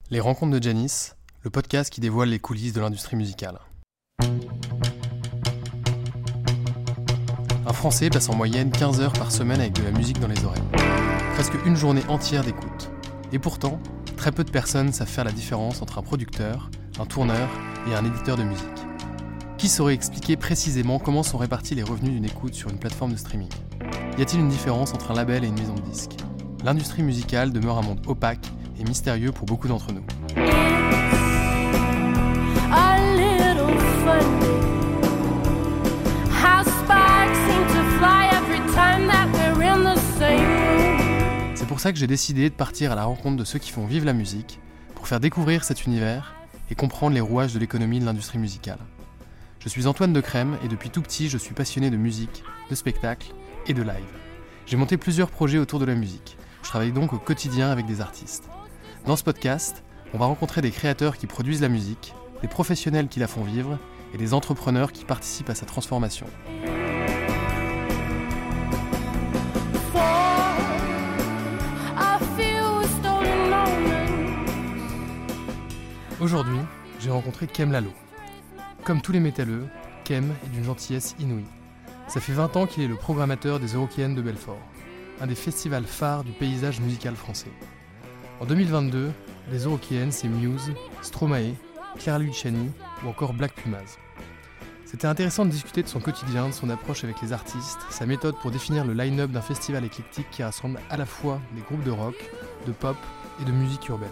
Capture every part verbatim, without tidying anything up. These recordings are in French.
Les rencontres de Janis, le podcast qui dévoile les coulisses de l'industrie musicale. Un Français passe en moyenne quinze heures par semaine avec de la musique dans les oreilles. Presque une journée entière d'écoute. Et pourtant, très peu de personnes savent faire la différence entre un producteur, un tourneur et un éditeur de musique. Qui saurait expliquer précisément comment sont répartis les revenus d'une écoute sur une plateforme de streaming ? Y a-t-il une différence entre un label et une maison de disques ? L'industrie musicale demeure un monde opaque et mystérieux pour beaucoup d'entre nous. C'est pour ça que j'ai décidé de partir à la rencontre de ceux qui font vivre la musique, pour faire découvrir cet univers et comprendre les rouages de l'économie de l'industrie musicale. Je suis Antoine de Crème et depuis tout petit, je suis passionné de musique, de spectacle et de live. J'ai monté plusieurs projets autour de la musique. Je travaille donc au quotidien avec des artistes. Dans ce podcast, on va rencontrer des créateurs qui produisent la musique, des professionnels qui la font vivre et des entrepreneurs qui participent à sa transformation. Aujourd'hui, j'ai rencontré Kem Lalo. Comme tous les métalleux, Kem est d'une gentillesse inouïe. Ça fait vingt ans qu'il est le programmateur des Eurokéennes de Belfort, un des festivals phares du paysage musical français. En deux mille vingt-deux, les Eurokéennes, c'est Muse, Stromae, Clara Luciani ou encore Black Pumas. C'était intéressant de discuter de son quotidien, de son approche avec les artistes, sa méthode pour définir le line-up d'un festival éclectique qui rassemble à la fois des groupes de rock, de pop et de musique urbaine.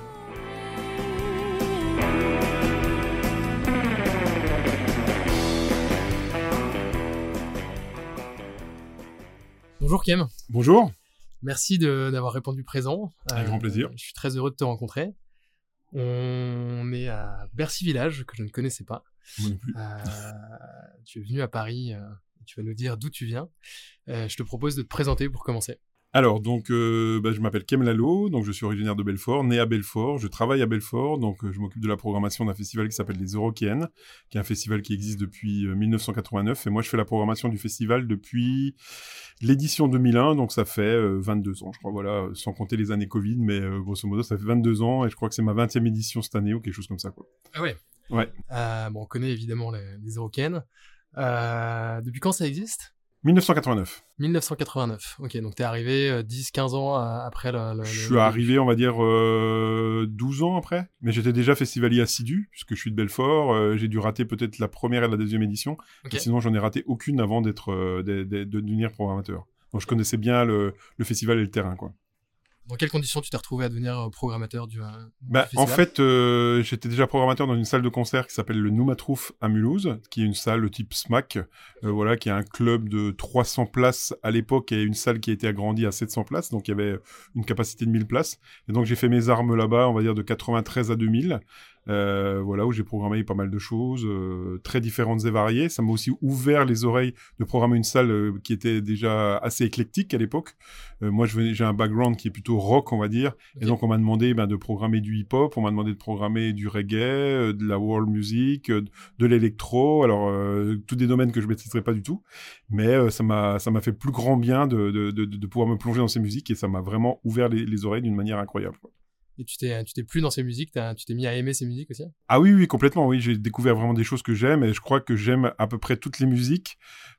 Bonjour Kem. Bonjour. Merci de, d'avoir répondu présent. Avec euh, grand plaisir. Je suis très heureux de te rencontrer. On est à Bercy Village, que je ne connaissais pas. Moi non plus. Euh, tu es venu à Paris, euh, tu vas nous dire d'où tu viens. Euh, je te propose de te présenter pour commencer. Alors, donc, euh, bah, je m'appelle Kem Lalo, donc je suis originaire de Belfort, né à Belfort, je travaille à Belfort, donc euh, je m'occupe de la programmation d'un festival qui s'appelle les Eurokéennes, qui est un festival qui existe depuis euh, dix-neuf cent quatre-vingt-neuf, et moi je fais la programmation du festival depuis l'édition deux mille un, donc ça fait euh, vingt-deux ans, je crois, voilà, sans compter les années Covid, mais euh, grosso modo ça fait vingt-deux ans, et je crois que c'est ma vingtième édition cette année, ou quelque chose comme ça, quoi. Ah ouais. Ouais. Euh, bon, on connaît évidemment les, les Eurokéennes. Euh, depuis quand ça existe ? dix-neuf cent quatre-vingt-neuf. dix-neuf cent quatre-vingt-neuf, ok, donc t'es arrivé euh, dix quinze ans euh, après le... le je le... suis arrivé, on va dire, euh, douze ans après, mais j'étais déjà festivalier assidu, puisque je suis de Belfort, euh, j'ai dû rater peut-être la première et la deuxième édition, okay. Sinon j'en ai raté aucune avant d'être, euh, de, de, de devenir programmateur. Donc je connaissais bien le, le festival et le terrain, quoi. Dans quelles conditions tu t'es retrouvé à devenir programmateur du, euh, bah, du festival ? En fait, euh, j'étais déjà programmateur dans une salle de concert qui s'appelle le Noumatrouf à Mulhouse, qui est une salle type S M A C, euh, voilà, qui est un club de trois cents places à l'époque et une salle qui a été agrandie à sept cents places, donc il y avait une capacité de mille places. Et donc j'ai fait mes armes là-bas, on va dire de quatre-vingt-treize à deux mille. Euh, voilà, où j'ai programmé pas mal de choses, euh, très différentes et variées. Ça m'a aussi ouvert les oreilles de programmer une salle euh, qui était déjà assez éclectique à l'époque. Euh, moi, je venais, j'ai un background qui est plutôt rock, on va dire. Okay. Et donc, on m'a demandé ben, de programmer du hip-hop, on m'a demandé de programmer du reggae, euh, de la world music, euh, de l'électro. Alors, euh, tous des domaines que je maîtriserais pas du tout. Mais euh, ça m'a, ça m'a fait plus grand bien de, de, de, de pouvoir me plonger dans ces musiques et ça m'a vraiment ouvert les, les oreilles d'une manière incroyable, quoi. Et tu t'es, tu t'es plu dans ces musiques, t'as, tu t'es mis à aimer ces musiques aussi ? Ah oui, oui, complètement, oui. J'ai découvert vraiment des choses que j'aime et je crois que j'aime à peu près toutes les musiques.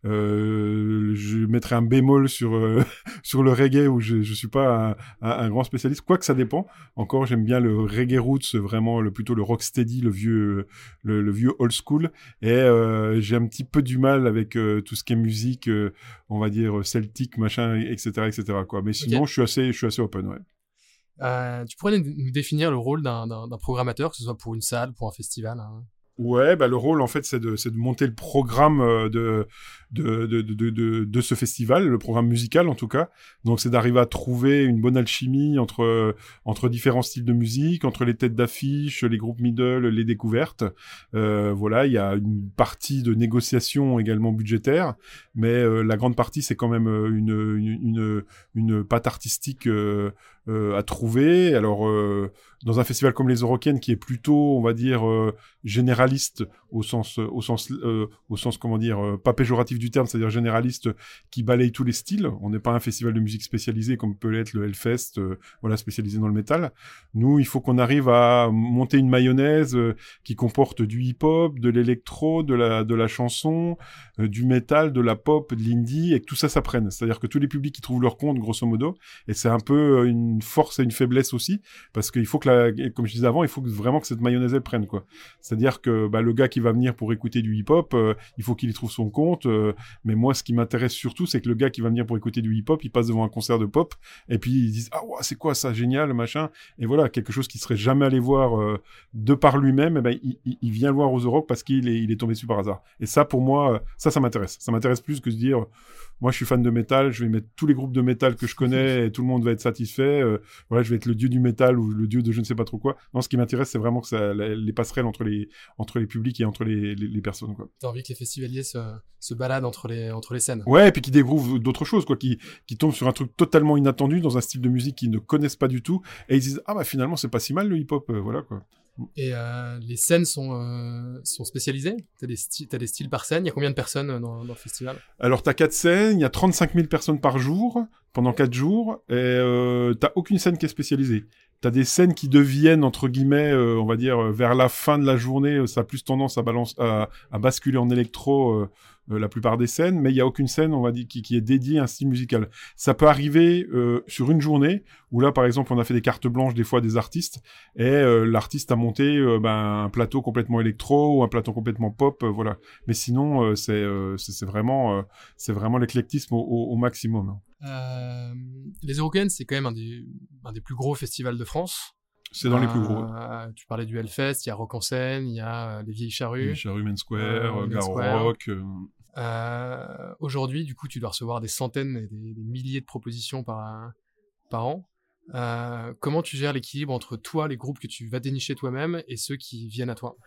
Euh, je mettrai un bémol sur euh, sur le reggae où je je suis pas un, un, un grand spécialiste, quoique ça dépend. Encore, j'aime bien le reggae roots, vraiment le plutôt le rocksteady, le vieux le, le vieux old school. Et euh, j'ai un petit peu du mal avec euh, tout ce qui est musique, euh, on va dire celtique, machin, et cetera, et cetera, quoi. Mais sinon, okay. je suis assez je suis assez open, ouais. Euh, tu pourrais nous définir le rôle d'un, d'un, d'un programmateur, que ce soit pour une salle, pour un festival, hein. Ouais, bah le rôle en fait c'est de c'est de monter le programme de de de de de de ce festival, le programme musical en tout cas. Donc c'est d'arriver à trouver une bonne alchimie entre entre différents styles de musique, entre les têtes d'affiche, les groupes middle, les découvertes. Euh, voilà, il y a une partie de négociation également budgétaire, mais euh, la grande partie c'est quand même une une une, une patte artistique euh, euh, à trouver. Alors euh, dans un festival comme les Eurokéennes qui est plutôt, on va dire, euh, généraliste au sens, au sens, euh, au sens, comment dire, euh, pas péjoratif du du terme, c'est-à-dire généraliste, qui balaye tous les styles. On n'est pas un festival de musique spécialisé comme peut l'être le Hellfest, euh, voilà, spécialisé dans le métal. Nous, il faut qu'on arrive à monter une mayonnaise euh, qui comporte du hip-hop, de l'électro, de la, de la chanson, euh, du métal, de la pop, de l'indie, et que tout ça s'apprenne. C'est-à-dire que tous les publics qui trouvent leur compte, grosso modo, et c'est un peu une force et une faiblesse aussi, parce qu'il faut que, la, comme je disais avant, il faut que, vraiment que cette mayonnaise elle prenne, quoi. C'est-à-dire que bah, le gars qui va venir pour écouter du hip-hop, euh, il faut qu'il y trouve son compte. Euh, mais moi, ce qui m'intéresse surtout, c'est que le gars qui va venir pour écouter du hip-hop, il passe devant un concert de pop, et puis ils disent ah ouais, c'est quoi ça, génial, machin. Et voilà, quelque chose qu'il serait jamais allé voir euh, de par lui-même, et ben il, il, il vient le voir aux Europe parce qu'il est, il est tombé dessus par hasard. Et ça, pour moi, ça, ça m'intéresse. Ça m'intéresse plus que de dire moi, je suis fan de métal, je vais mettre tous les groupes de métal que je connais et tout le monde va être satisfait. Euh, voilà, je vais être le dieu du métal ou le dieu de je ne sais pas trop quoi. Non, ce qui m'intéresse, c'est vraiment que ça, les passerelles entre les, entre les publics et entre les, les, les personnes, quoi. T'as envie que les festivaliers se, se baladent entre les, entre les scènes. Ouais, et puis qu'ils découvrent d'autres choses, quoi, qui, qui tombent sur un truc totalement inattendu dans un style de musique qu'ils ne connaissent pas du tout et ils disent ah bah finalement c'est pas si mal le hip-hop, euh, voilà, quoi. Et euh, les scènes sont, euh, sont spécialisées. T'as des, sti- t'as des styles par scène. Il y a combien de personnes dans, dans le festival? Alors, t'as quatre scènes, il y a trente-cinq mille personnes par jour, pendant quatre jours, et euh, t'as aucune scène qui est spécialisée. T'as des scènes qui deviennent, entre guillemets, euh, on va dire, euh, vers la fin de la journée, ça a plus tendance à, balance, à, à basculer en électro, euh, euh, la plupart des scènes, mais il y a aucune scène, on va dire, qui, qui est dédiée à un style musical. Ça peut arriver euh, sur une journée, où là, par exemple, on a fait des cartes blanches, des fois, des artistes, et euh, l'artiste a monté euh, ben, un plateau complètement électro, ou un plateau complètement pop, euh, voilà. Mais sinon, euh, c'est, euh, c'est, c'est vraiment, euh, c'est vraiment l'éclectisme au, au, au maximum. Euh, les Eurocaines, c'est quand même un des, un des plus gros festivals de France. C'est dans euh, les plus gros. Tu parlais du Hellfest, il y a Rock en scène, il y a euh, les Vieilles Charrues. Les Charrues Main Square, euh, Garo Square. Rock. Euh... Euh, aujourd'hui, du coup, tu dois recevoir des centaines et des, des milliers de propositions par, par an. Euh, comment tu gères l'équilibre entre toi, les groupes que tu vas dénicher toi-même, et ceux qui viennent à toi?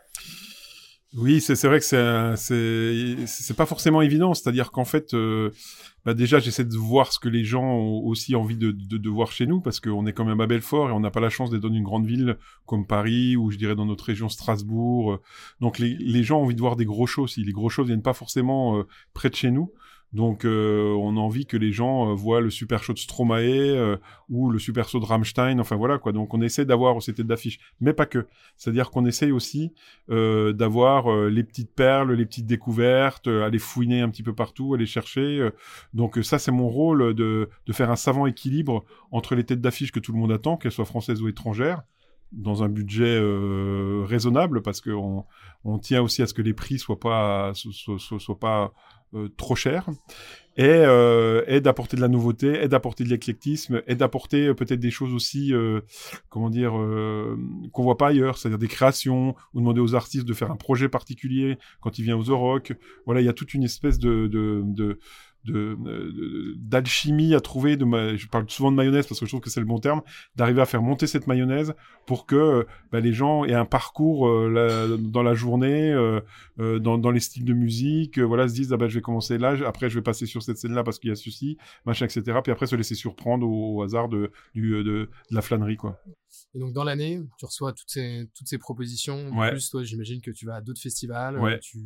Oui, c'est, c'est vrai que c'est, c'est, c'est pas forcément évident. C'est-à-dire qu'en fait, euh, bah déjà, j'essaie de voir ce que les gens ont aussi envie de, de, de voir chez nous, parce qu'on est quand même à Belfort et on n'a pas la chance d'être dans une grande ville comme Paris ou je dirais dans notre région Strasbourg. Donc les, les gens ont envie de voir des gros shows aussi. Les gros shows viennent pas forcément euh, près de chez nous. Donc, euh, on a envie que les gens euh, voient le super show de Stromae euh, ou le super show de Rammstein. Enfin voilà quoi. Donc, on essaie d'avoir ces têtes d'affiche, mais pas que. C'est-à-dire qu'on essaye aussi euh, d'avoir euh, les petites perles, les petites découvertes, euh, aller fouiner un petit peu partout, aller chercher. Euh. Donc, ça, c'est mon rôle de de faire un savant équilibre entre les têtes d'affiche que tout le monde attend, qu'elles soient françaises ou étrangères, dans un budget euh, raisonnable, parce que on, on tient aussi à ce que les prix soient pas soient, soient, soient pas Euh, trop cher, et, euh, et d'apporter de la nouveauté, et d'apporter de l'éclectisme, et d'apporter euh, peut-être des choses aussi, euh, comment dire, euh, qu'on voit pas ailleurs, c'est-à-dire des créations, ou demander aux artistes de faire un projet particulier quand il vient aux Euroc. Voilà, il y a toute une espèce de, de, de De, de, d'alchimie à trouver, de ma... je parle souvent de mayonnaise parce que je trouve que c'est le bon terme, d'arriver à faire monter cette mayonnaise pour que bah, les gens aient un parcours euh, la... dans la journée, euh, euh, dans, dans les styles de musique, euh, voilà, se disent ah bah je vais commencer là, après je vais passer sur cette scène-là parce qu'il y a ceci, machin, et cetera. Puis après se laisser surprendre au, au hasard de, du, de, de la flânerie, quoi. Et donc dans l'année, tu reçois toutes ces, toutes ces propositions. Ouais. Plus toi, j'imagine que tu vas à d'autres festivals, ouais. tu,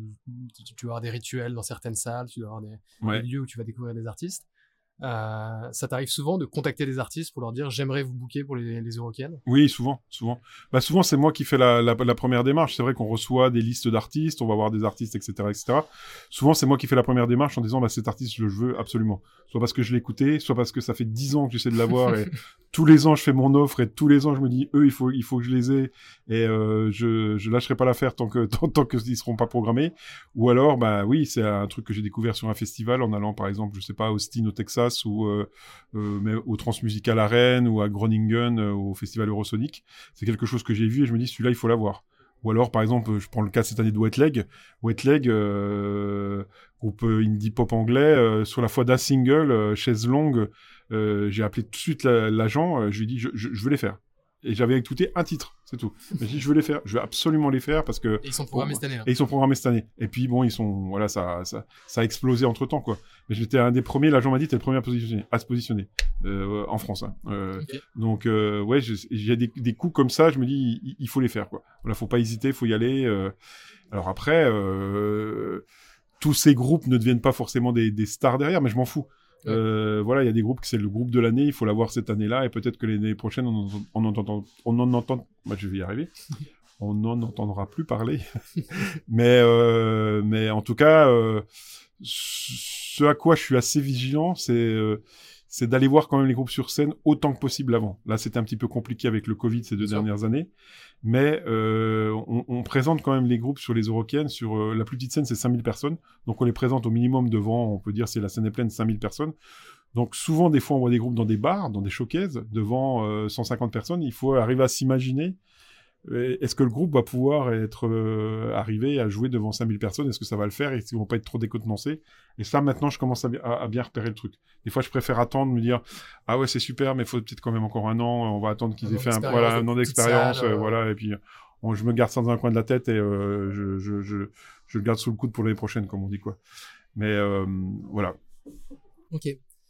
tu, tu vas avoir des rituels dans certaines salles, tu vas avoir des, ouais. des lieux où tu vas découvrir des artistes. Euh, ça t'arrive souvent de contacter des artistes pour leur dire j'aimerais vous booker pour les, les Eurocaines? Oui, souvent, souvent. Bah souvent c'est moi qui fais la, la, la première démarche. C'est vrai qu'on reçoit des listes d'artistes, on va voir des artistes, et cetera, et cetera. Souvent c'est moi qui fais la première démarche en disant bah cet artiste je le veux absolument. Soit parce que je l'ai écouté, soit parce que ça fait dix ans que j'essaie de l'avoir et tous les ans je fais mon offre et tous les ans je me dis eux il faut il faut que je les ai et euh, je je lâcherai pas l'affaire tant que tant, tant que ils seront pas programmés. Ou alors bah oui c'est un truc que j'ai découvert sur un festival en allant par exemple je sais pas à Austin au Texas ou euh, euh, mais au Transmusical à Rennes ou à Groningen euh, au festival Eurosonic. C'est quelque chose que j'ai vu et je me dis celui-là il faut l'avoir. Ou alors par exemple je prends le cas cette année de Wet Leg. Wet Leg euh, groupe indie pop anglais euh, sur la foi d'un single euh, chaise longue. Euh, j'ai appelé tout de suite la, l'agent, euh, je lui ai dit je, je, je veux les faire. Et j'avais écouté un titre, c'est tout. J'ai dit je veux les faire, je veux absolument les faire parce que et ils sont programmés cette année. Là. Et ils sont programmés cette année. Et puis bon, ils sont voilà, ça ça ça a explosé entre-temps quoi. Mais j'étais un des premiers, l'agent m'a dit t'es le premier à positionner, à se positionner euh, en France hein. Euh, okay. Donc euh, ouais, j'ai des des coups comme ça, je me dis il, il faut les faire quoi. Voilà, faut pas hésiter, faut y aller euh... alors après euh tous ces groupes ne deviennent pas forcément des, des stars derrière, mais je m'en fous. Ouais. Euh, voilà, il y a des groupes qui c'est le groupe de l'année, il faut l'avoir cette année-là, et peut-être que l'année prochaine, on en, on en entend, on en entend, bah, je vais y arriver, on n'en entendra plus parler. mais, euh, mais en tout cas, euh, ce à quoi je suis assez vigilant, c'est, euh, c'est d'aller voir quand même les groupes sur scène autant que possible avant. Là, c'était un petit peu compliqué avec le Covid ces deux Bien dernières sûr. années, mais euh, on, on présente quand même les groupes sur les Eurokéennes. Sur euh, la plus petite scène, c'est cinq mille personnes, donc on les présente au minimum devant, on peut dire si la scène est pleine, cinq mille personnes. Donc souvent, des fois, on voit des groupes dans des bars, dans des showcases, devant euh, cent cinquante personnes. Il faut arriver à s'imaginer, euh, est-ce que le groupe va pouvoir être euh, arrivé à jouer devant cinq mille personnes? Est-ce que ça va le faire? Est-ce qu'ils vont pas être trop décontenancés? Et ça, maintenant, je commence à, à, à bien repérer le truc. Des fois, je préfère attendre, me dire, ah ouais, c'est super, mais il faut peut-être quand même encore un an. On va attendre qu'ils Un aient an fait un, d'expérience, voilà, un de an petite d'expérience, salle, euh, euh, voilà. Et puis, on, je me garde ça dans un coin de la tête et euh, je, je, je, je le garde sous le coude pour l'année prochaine, comme on dit, quoi. Mais euh, voilà. Ok.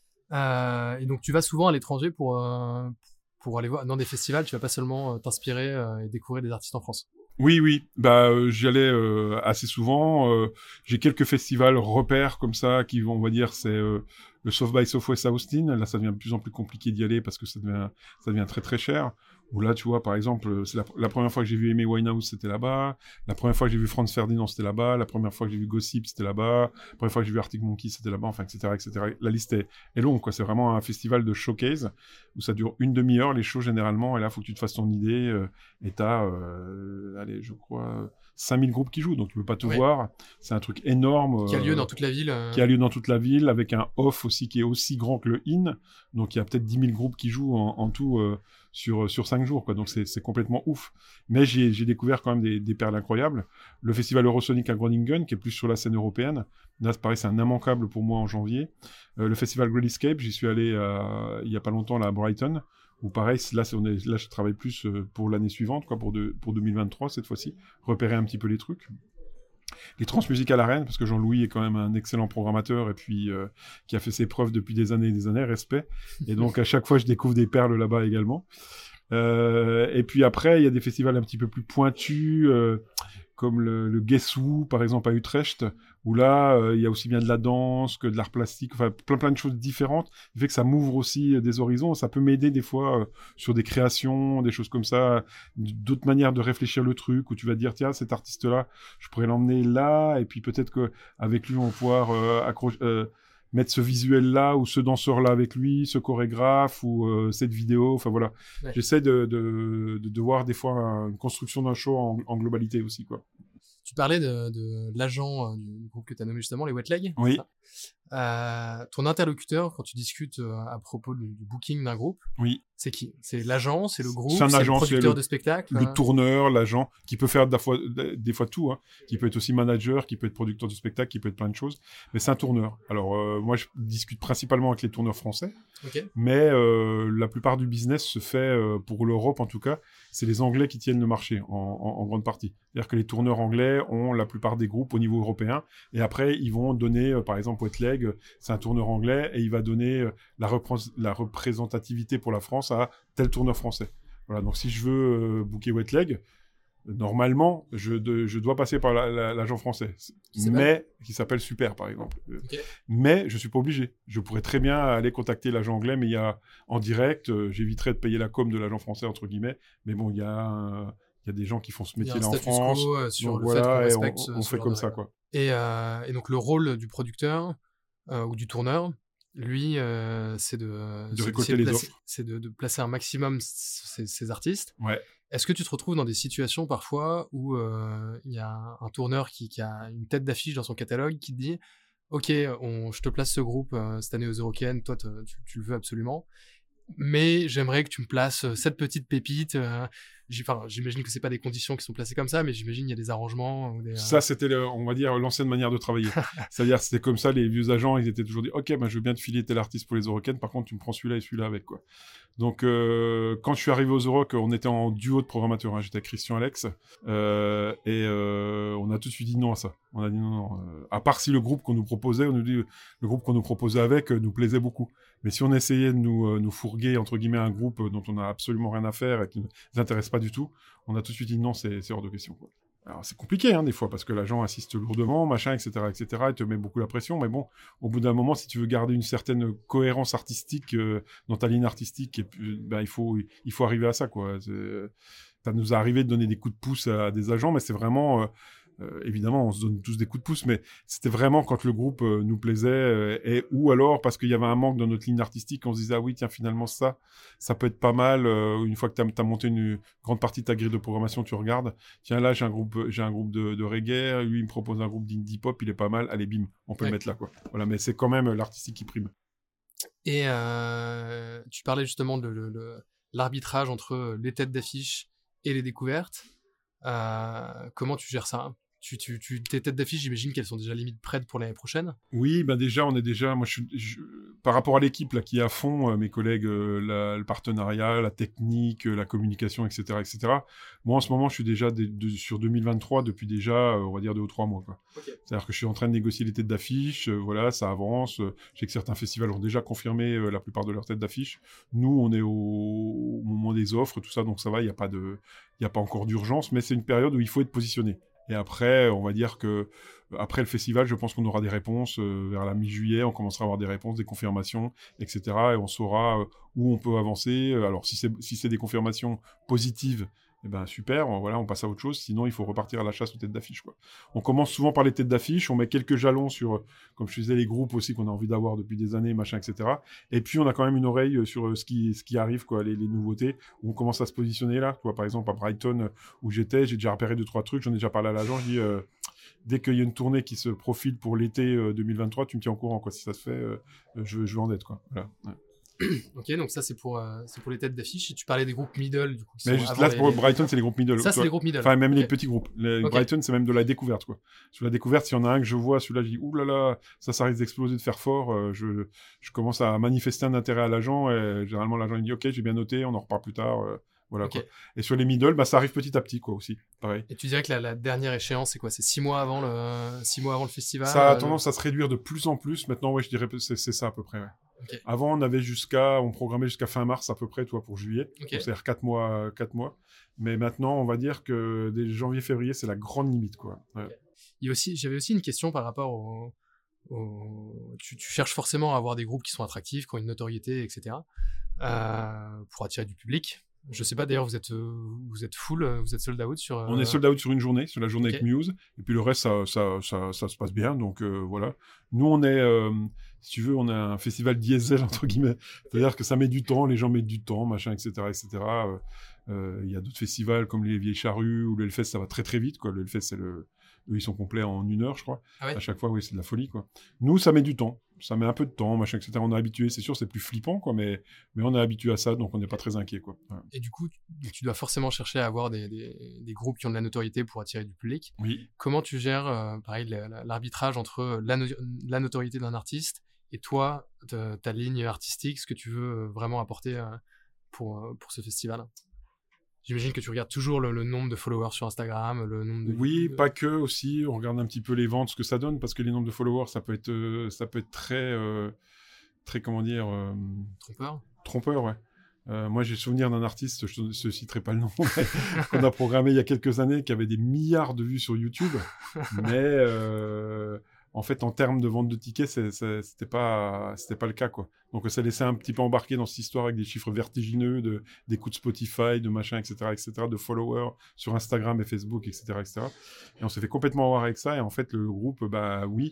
Euh, et donc tu vas souvent à l'étranger pour euh, pour aller voir dans des festivals. Tu vas pas seulement euh, t'inspirer euh, et découvrir des artistes en France. Oui, oui, bah euh, j'y allais euh, assez souvent. Euh, j'ai quelques festivals repères comme ça qui vont, on va dire, c'est euh, le South by Southwest à Austin. Là, ça devient de plus en plus compliqué d'y aller parce que ça devient, ça devient très très cher. Ou là, tu vois, par exemple, c'est la, la première fois que j'ai vu Amy Winehouse, c'était là-bas. La première fois que j'ai vu Franz Ferdinand, c'était là-bas. La première fois que j'ai vu Gossip, c'était là-bas. La première fois que j'ai vu Arctic Monkeys, c'était là-bas. Enfin, et cetera, et cetera. La liste est, est longue, quoi. C'est vraiment un festival de showcase où ça dure une demi-heure, les shows généralement. Et là, faut que tu te fasses ton idée. Euh, et t'as, euh, allez, je crois, cinq mille groupes qui jouent. Donc, tu peux pas tout Oui. voir. C'est un truc énorme. Qui a lieu euh, dans toute la ville. euh, qui a lieu dans toute la ville, avec un off aussi qui est aussi grand que le in. Donc il y a peut-être dix mille groupes qui jouent en, en tout euh, sur sur cinq jours, quoi. Donc c'est c'est complètement ouf. Mais j'ai j'ai découvert quand même des, des perles incroyables. Le festival Eurosonic à Groningen, qui est plus sur la scène européenne. Là, c'est pareil, c'est un immanquable pour moi en janvier. Euh, le festival Great Escape, j'y suis allé euh, il y a pas longtemps là à Brighton. Ou pareil, là, c'est, on est, là, je travaille plus euh, pour l'année suivante, quoi, pour, de, pour deux mille vingt-trois cette fois-ci, repérer un petit peu les trucs. Les Transmusicales Arènes, parce que Jean-Louis est quand même un excellent programmateur et puis euh, qui a fait ses preuves depuis des années et des années, respect. Et donc à chaque fois, je découvre des perles là-bas également. Euh, et puis après, il y a des festivals un petit peu plus pointus, euh, comme le, le Guess Who, par exemple, à Utrecht, où là, euh, il y a aussi bien de la danse que de l'art plastique, enfin, plein plein de choses différentes. Il fait que ça m'ouvre aussi euh, des horizons. Ça peut m'aider des fois euh, sur des créations, des choses comme ça, d'autres manières de réfléchir le truc, où tu vas te dire, tiens, cet artiste-là, je pourrais l'emmener là, et puis peut-être qu'avec lui, on va pouvoir euh, accrocher... Euh, mettre ce visuel-là, ou ce danseur-là avec lui, ce chorégraphe, ou euh, cette vidéo, enfin voilà. Ouais. J'essaie de, de, de, de voir des fois une construction d'un show en, en globalité aussi, quoi. Tu parlais de, de l'agent euh, du, du groupe que tu as nommé justement, les Wet Legs. Oui. C'est ça euh, ton interlocuteur, quand tu discutes euh, à propos du, du booking d'un groupe, Oui. c'est qui? C'est l'agent, c'est le groupe, C'est un c'est agent, le producteur c'est le, de spectacle le hein tourneur, l'agent, qui peut faire des fois, des fois tout, hein, qui peut être aussi manager, qui peut être producteur de spectacle, qui peut être plein de choses, mais c'est un tourneur. Alors euh, moi, je discute principalement avec les tourneurs français, okay. mais euh, la plupart du business se fait, euh, pour l'Europe en tout cas, c'est les Anglais qui tiennent le marché en, en, en grande partie. C'est-à-dire que les tourneurs anglais ont la plupart des groupes au niveau européen, et après ils vont donner, euh, par exemple, Wet Leg, c'est un tourneur anglais, et il va donner euh, la, repré- la représentativité pour la France à tel tourneur français. Voilà, donc si je veux euh, booker Wet Leg, normalement, je, de, je dois passer par la, la, l'agent français, qui mais qui s'appelle Super, par exemple. Okay. Mais je suis pas obligé. Je pourrais très bien aller contacter l'agent anglais, mais il y a en direct, euh, j'éviterais de payer la com de l'agent français entre guillemets. Mais bon, il y a euh, il y a des gens qui font ce métier-là en France. Quo, euh, sur donc le voilà, fait qu'on et respecte on, on fait comme ça, quoi. Et, euh, et donc le rôle du producteur euh, ou du tourneur, lui, euh, c'est de, de récolter les placer, offres. C'est de, de placer un maximum ces, ces artistes. Ouais. Est-ce que tu te retrouves dans des situations parfois où il euh, y a un, un tourneur qui, qui a une tête d'affiche dans son catalogue qui te dit « Ok, on, je te place ce groupe euh, cette année aux Eurokéennes, toi te, tu, tu le veux absolument, mais j'aimerais que tu me places cette petite pépite. Euh, Enfin, j'imagine que c'est pas des conditions qui sont placées comme ça, mais j'imagine qu'il y a des arrangements. Ou des, euh... Ça, c'était, le, on va dire, l'ancienne manière de travailler. C'est-à-dire, c'était comme ça, les vieux agents, ils étaient toujours dit, ok, ben, je veux bien te filer tel artiste pour les Eurokéennes, par contre, tu me prends celui-là et celui-là avec, quoi. Donc, euh, quand je suis arrivé aux Euroc, on était en duo de programmateurs, hein. J'étais avec Christian Alex, euh, et euh, on a tout de suite dit non à ça. On a dit non, non. Euh, à part si le groupe qu'on nous proposait, on nous dit, le groupe qu'on nous proposait avec euh, nous plaisait beaucoup. Mais si on essayait de nous, euh, nous fourguer, entre guillemets, un groupe dont on n'a absolument rien à faire et qui ne nous intéresse pas du tout, on a tout de suite dit non, c'est, c'est hors de question, quoi. alors c'est compliqué hein, des fois parce que l'agent insiste lourdement, machin, et cetera, et cetera, et te met beaucoup la pression. Mais bon, au bout d'un moment, si tu veux garder une certaine cohérence artistique euh, dans ta ligne artistique, et puis, ben, il faut il faut arriver à ça quoi. C'est... Ça nous est arrivé de donner des coups de pouce à des agents, mais c'est vraiment euh, Euh, évidemment, on se donne tous des coups de pouce, mais c'était vraiment quand le groupe euh, nous plaisait, euh, et ou alors parce qu'il y avait un manque dans notre ligne artistique, on se disait ah oui tiens finalement ça, ça peut être pas mal. Euh, une fois que t'as as monté une grande partie de ta grille de programmation, tu regardes, tiens là j'ai un groupe, j'ai un groupe de, de reggae, lui il me propose un groupe d'indie pop, il est pas mal, allez bim, on peut ouais. le mettre là quoi. Voilà, mais c'est quand même l'artistique qui prime. Et euh, tu parlais justement de le, le, l'arbitrage entre les têtes d'affiche et les découvertes. Euh, comment tu gères ça? Tu, tu, tu, tes têtes d'affiche, j'imagine qu'elles sont déjà limite prêtes pour l'année prochaine. Oui, ben déjà, on est déjà, moi, je, je, par rapport à l'équipe là qui est à fond, euh, mes collègues, euh, la, le partenariat, la technique, euh, la communication, et cetera, et cetera. Moi, en ce moment, je suis déjà de, de, sur deux mille vingt-trois depuis déjà, euh, on va dire deux ou trois mois, quoi. Okay. C'est-à-dire que je suis en train de négocier les têtes d'affiche, euh, voilà, ça avance. Euh, je sais que certains festivals ont déjà confirmé euh, la plupart de leurs têtes d'affiche. Nous, on est au, au moment des offres, tout ça, donc ça va, il n'y a pas de, il y a pas encore d'urgence, mais c'est une période où il faut être positionné. Et après, on va dire que après le festival, je pense qu'on aura des réponses euh, vers la mi-juillet. On commencera à avoir des réponses, des confirmations, et cetera. Et on saura euh, où on peut avancer. Alors, si c'est si c'est des confirmations positives, eh ben super. On, voilà, on passe à autre chose. Sinon, il faut repartir à la chasse aux têtes d'affiche, quoi. On commence souvent par les têtes d'affiche. On met quelques jalons sur, comme je disais, les groupes aussi qu'on a envie d'avoir depuis des années, machin, et cetera. Et puis, on a quand même une oreille sur ce qui ce qui arrive, quoi, les, les nouveautés. Où on commence à se positionner là. Tu vois, par exemple, à Brighton où j'étais, j'ai déjà repéré deux trois trucs. J'en ai déjà parlé à l'agent. Je dis euh, dès qu'il y a une tournée qui se profile pour l'été euh, deux mille vingt-trois, tu me tiens au courant, quoi. Si ça se fait, euh, je, je veux en être, quoi. Voilà. Ouais. Ok, donc ça c'est pour, euh, c'est pour les têtes d'affiche. Et tu parlais des groupes middle, du coup. Mais juste là, pour les... Brighton, c'est les groupes middle. Ça, c'est les groupes middle. Enfin, même okay. les petits groupes. Les okay. Brighton, c'est même de la découverte, quoi. Sur la découverte, s'il y en a un que je vois, celui-là, je dis, ouh là là, ça, ça risque d'exploser, de faire fort. Euh, je, je commence à manifester un intérêt à l'agent, et généralement, l'agent, il me dit, ok, j'ai bien noté, on en reparle plus tard. Euh, voilà, okay. quoi. Et sur les middle, bah, ça arrive petit à petit, quoi, aussi. Pareil. Et tu dirais que la, la dernière échéance, c'est quoi? C'est six mois avant le, six mois avant le festival? Ça a euh... tendance à se réduire de plus en plus. Maintenant, ouais, je dirais, c'est, c'est ça à peu près, ouais. Okay. Avant, on avait jusqu'à, on programmait jusqu'à fin mars à peu près, toi, pour juillet. Okay. Donc, c'est-à-dire quatre mois, quatre mois. Mais maintenant, on va dire que dès janvier, février, c'est la grande limite, quoi. Ouais. Okay. Il y a aussi, j'avais aussi une question par rapport au, au... Tu, tu cherches forcément à avoir des groupes qui sont attractifs, qui ont une notoriété, et cetera. Euh, pour attirer du public. Je sais pas, d'ailleurs, vous êtes, vous êtes full, vous êtes sold out sur... Euh... On est sold out sur une journée, sur la journée okay. avec Muse. Et puis le reste, ça, ça, ça, ça se passe bien. Donc, euh, voilà. Nous, on est, euh, si tu veux, on a un festival diesel, entre guillemets. C'est-à-dire que ça met du temps, les gens mettent du temps, machin, et cetera, et cetera. Il euh, y a d'autres festivals comme les Vieilles Charrues ou le Hellfest, ça va très très vite, quoi. Le Hellfest, c'est le... Eux, ils sont complets en une heure, je crois. Ah ouais. À chaque fois, oui, c'est de la folie, quoi. Nous, ça met du temps. Ça met un peu de temps, machin, et cetera. On est habitué, c'est sûr, c'est plus flippant, quoi, mais, mais on est habitué à ça, donc on n'est pas très inquiet, quoi. Ouais. Et du coup, tu dois forcément chercher à avoir des, des, des groupes qui ont de la notoriété pour attirer du public. Oui. Comment tu gères, euh, pareil, l'arbitrage entre la, no la notoriété d'un artiste et toi, ta, ta ligne artistique, ce que tu veux vraiment apporter euh, pour, pour ce festival? J'imagine que tu regardes toujours le, le nombre de followers sur Instagram, le nombre de... Oui, pas que aussi. On regarde un petit peu les ventes, ce que ça donne, parce que les nombres de followers, ça peut être, euh, ça peut être très, euh, très, comment dire... Euh... Trompeur. Trompeur, ouais. Euh, moi, j'ai souvenir d'un artiste, je ne citerai pas le nom, qu'on a programmé il y a quelques années, qui avait des milliards de vues sur YouTube, mais... Euh... En fait, en termes de vente de tickets, c'est, c'est, c'était pas, c'était pas le cas, quoi. Donc, ça laissait un petit peu embarquer dans cette histoire avec des chiffres vertigineux, de, d'écoute Spotify, de machin, et cetera, et cetera, de followers sur Instagram et Facebook, et cetera, et cetera. Et on s'est fait complètement avoir avec ça. Et en fait, le groupe, bah oui,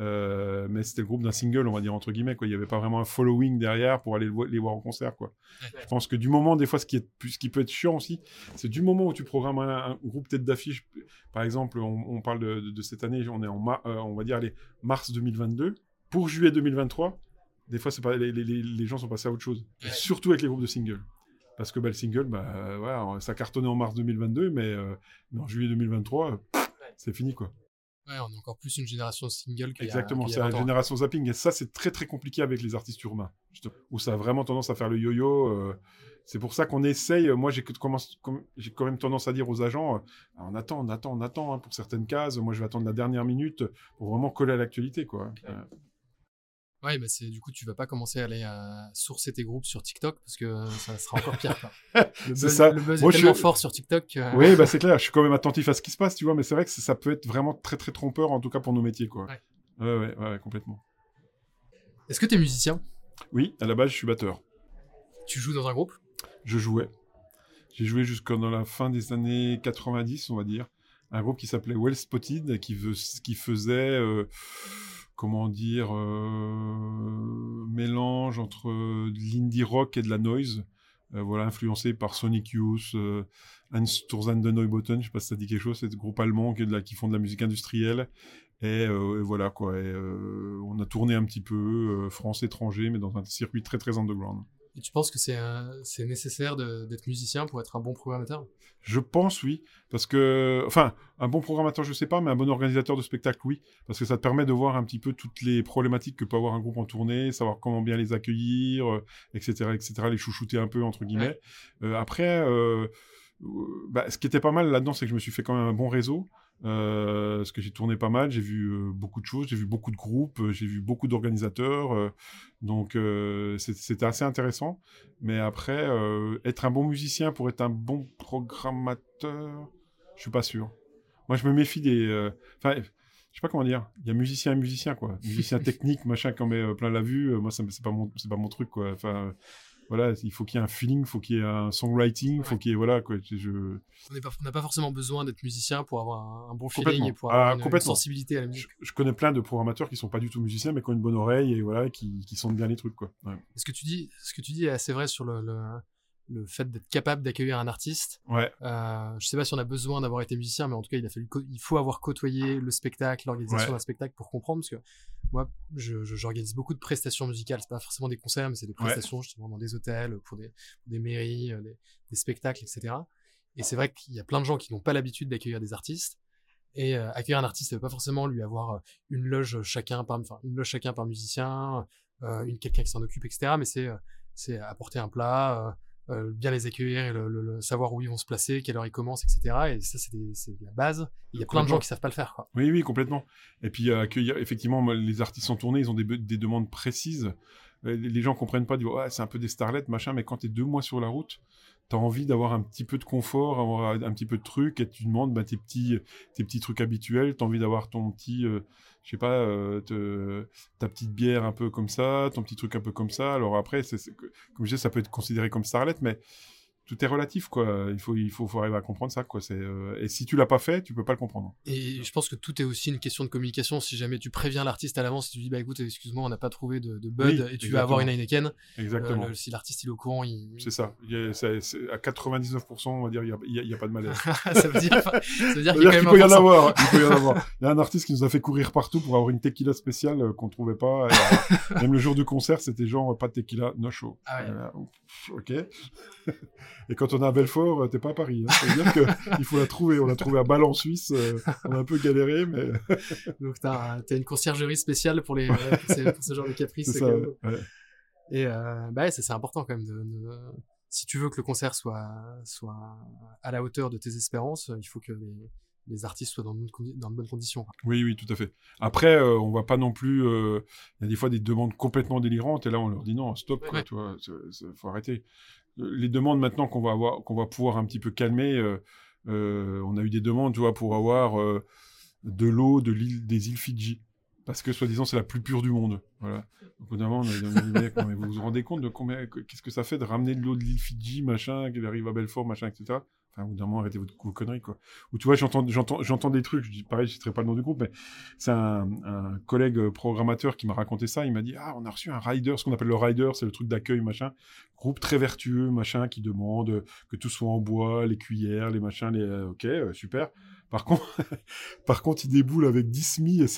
euh, mais c'était le groupe d'un single, on va dire entre guillemets, quoi. Il y avait pas vraiment un following derrière pour aller les voir en concert, quoi. Ouais. Je pense que du moment, des fois, ce qui est, ce qui peut être chiant aussi, c'est du moment où tu programmes un, un groupe tête d'affiche. Par exemple, on, on parle de, de, de cette année, on est en ma, euh, on va dire allez, mars deux mille vingt-deux. Pour juillet deux mille vingt-trois, des fois, c'est pas, les, les, les gens sont passés à autre chose. Ouais. Surtout avec les groupes de singles. Parce que bah, le single, bah, euh, voilà, ça cartonnait en mars deux mille vingt-deux, mais, euh, mais en juillet deux mille vingt-trois, euh, pff, ouais. c'est fini, quoi. Ouais, on est encore plus une génération single qu'il y a, exactement, qu'il y c'est a une génération zapping. Et ça, c'est très, très compliqué avec les artistes urbains, justement, où ça a vraiment tendance à faire le yo-yo. Euh, c'est pour ça qu'on essaye. Moi, j'ai, commence, j'ai quand même tendance à dire aux agents, euh, on attend, on attend, on attend hein, pour certaines cases. Moi, je vais attendre la dernière minute pour vraiment coller à l'actualité, quoi. Okay. Euh, Ouais, bah c'est du coup tu vas pas commencer à aller à sourcer tes groupes sur TikTok parce que ça sera encore pire, quoi. Le C'est buzz, ça. le buzz Moi, est tellement je- fort sur TikTok que... Oui, bah c'est clair. Je suis quand même attentif à ce qui se passe, tu vois. Mais c'est vrai que ça peut être vraiment très très trompeur, en tout cas pour nos métiers, quoi. Ouais. Ouais, ouais, ouais, complètement. Est-ce que t'es musicien? Oui, à la base, je suis batteur. Tu joues dans un groupe? Je jouais. J'ai joué jusqu'à dans la fin des années quatre-vingt-dix, on va dire. Un groupe qui s'appelait Well Spotted, qui, veut- qui faisait, euh, comment dire, euh, mélange entre euh, de l'indie rock et de la noise. Euh, voilà, influencé par Sonic Youth, euh, Hans Sturzen de Neubotten, je sais pas si ça dit quelque chose, c'est ce groupe allemand qui, est de la- qui font de la musique industrielle. Et, euh, et voilà, quoi. Et, euh, on a tourné un petit peu, euh, France-étranger, mais dans un circuit très très underground. Et tu penses que c'est euh, c'est nécessaire de- d'être musicien pour être un bon programmateur? Je pense, oui. Parce que, enfin, un bon programmateur, je sais pas, mais un bon organisateur de spectacle, oui. Parce que ça te permet de voir un petit peu toutes les problématiques que peut avoir un groupe en tournée, savoir comment bien les accueillir, euh, et cetera, et cetera, les chouchouter un peu, entre guillemets. Ouais. Euh, après, euh, euh, bah, ce qui était pas mal là-dedans, c'est que je me suis fait quand même un bon réseau. Euh, parce que j'ai tourné pas mal, j'ai vu euh, beaucoup de choses, j'ai vu beaucoup de groupes, euh, j'ai vu beaucoup d'organisateurs, euh, donc euh, c'est- c'était assez intéressant. Mais après, euh, être un bon musicien pour être un bon programmateur, je suis pas sûr. Moi, je me méfie des. euh, Enfin, je sais pas comment dire. Il y a musicien et musicien, quoi. Musicien technique, machin, qui en met euh, plein la vue. euh, moi, ça, me- c'est pas mon, c'est pas mon truc, quoi. Enfin, voilà, il faut qu'il y ait un feeling, il faut qu'il y ait un songwriting, il faut Ouais. qu'il y ait voilà, quoi. Je, je- On n'est pas- on n'a pas forcément besoin d'être musicien pour avoir un, un bon feeling Complètement. et pour Ah, avoir une, une complètement. sensibilité à la Je, musique. je connais plein de programmateurs qui sont pas du tout musiciens, mais qui ont une bonne oreille et voilà, qui, qui sentent bien les trucs, quoi. Ouais. Ce que tu dis, ce que tu dis est assez vrai sur le, le, le fait d'être capable d'accueillir un artiste. Ouais. Euh, je sais pas si on a besoin d'avoir été musicien, mais en tout cas, il a fallu, co- il faut avoir côtoyé le spectacle, l'organisation Ouais. d'un spectacle pour comprendre. Parce que moi, je, je- j'organise beaucoup de prestations musicales. C'est pas forcément des concerts, mais c'est des prestations justement dans des hôtels, pour des, pour des mairies, euh, des, des spectacles, et cetera. Et c'est vrai qu'il y a plein de gens qui n'ont pas l'habitude d'accueillir des artistes. Et euh, accueillir un artiste, ça veut pas forcément lui avoir euh, une loge chacun par, enfin une loge chacun par musicien, euh, une quelqu'un qui s'en occupe, et cetera. Mais c'est euh, c'est apporter un plat, euh, euh, bien les accueillir, et le, le, le- savoir où ils vont se placer, quelle heure ils commencent, et cetera. Et ça c'est des- c'est la base. Il y a plein de gens qui savent pas le faire, quoi. Oui, oui, complètement. Et puis, euh, accueillir, effectivement, moi, les artistes en tournée, ils ont des, be- des demandes précises. Euh, Les les gens comprennent pas, ils disent, ouais, c'est un peu des starlets, machin, mais quand t'es deux mois sur la route, t'as envie d'avoir un petit peu de confort, avoir un petit peu de trucs, et tu demandes bah, tes, petits, tes petits trucs habituels, t'as envie d'avoir ton petit, euh, je sais pas, euh, te- ta petite bière un peu comme ça, ton petit truc un peu comme ça. Alors après, c'est, c'est- comme je disais, ça peut être considéré comme starlet, mais tout est relatif, quoi. Il faut, il faut, faut arriver à comprendre ça, quoi. C'est, euh, Et si tu l'as pas fait, tu peux pas le comprendre. Et je pense que tout est aussi une question de communication. Si jamais tu préviens l'artiste à l'avance, tu lui dis bah écoute, excuse-moi, on n'a pas trouvé de, de bud Oui, et tu vas exactement. avoir une Heineken. Exactement. Euh, le- si l'artiste il est au courant, il... C'est ça. Il y a- c'est- c'est- à quatre-vingt-dix-neuf pour cent, on va dire, il n'y a, il y a pas de malaise. ça veut dire, ça veut dire Ça qu'il y veut a dire quand qu'il même peut y un en pour cent. avoir. Il peut y en avoir. Il y a un artiste qui nous a fait courir partout pour avoir une tequila spéciale euh, qu'on trouvait pas. Et, euh, même le jour du concert, c'était genre euh, pas de tequila, no show. Ah ouais. Euh, pff, ok. Et quand on est à Belfort, euh, t'es pas à Paris. Hein. Ça veut dire qu'il faut la trouver. On l'a trouvé à Bâle en Suisse. euh, on a un peu galéré, mais Donc t'as as une conciergerie spéciale pour les euh, pour, ces- pour ce genre de caprices. c'est quand ça. même. Ouais. Et euh, bah ouais, ça c'est important quand même. De, de- si tu veux que le concert soit soit à la hauteur de tes espérances, il faut que les, les artistes soient dans de bonnes, condi- dans de bonnes conditions, quoi. Oui, oui, tout à fait. Après, euh, on va pas non plus. euh, Il y a des fois des demandes complètement délirantes, et là, on leur dit non, stop, quoi, Ouais. tu vois, c'est- c'est- faut arrêter. Euh, Les demandes maintenant qu'on va avoir, qu'on va pouvoir un petit peu calmer. euh, euh, on a eu des demandes, tu vois, pour avoir euh, de l'eau de l'île des îles Fidji, parce que soi-disant c'est la plus pure du monde. Voilà. Donc, au bout d'un moment, on a dit, on a dit, mec, non, mais vous vous rendez compte de combien, qu'est-ce que ça fait de ramener de l'eau de l'île Fidji, machin, qui arrive à Belfort, machin, et cetera. Enfin, au bout d'un moment, arrêtez votre vos conneries, quoi. Ou tu vois, j'entends, j'entends, j'entends des trucs. Je dis pareil, je citerai pas le nom du groupe, mais c'est un, un collègue programmateur qui m'a raconté ça. Il m'a dit, ah, on a reçu un rider, ce qu'on appelle le rider, c'est le truc d'accueil, machin. Groupe très vertueux, machin, qui demande que tout soit en bois, les cuillères, les machins, les, euh, ok, euh, super. Par contre, par contre, il déboule avec dix S M I et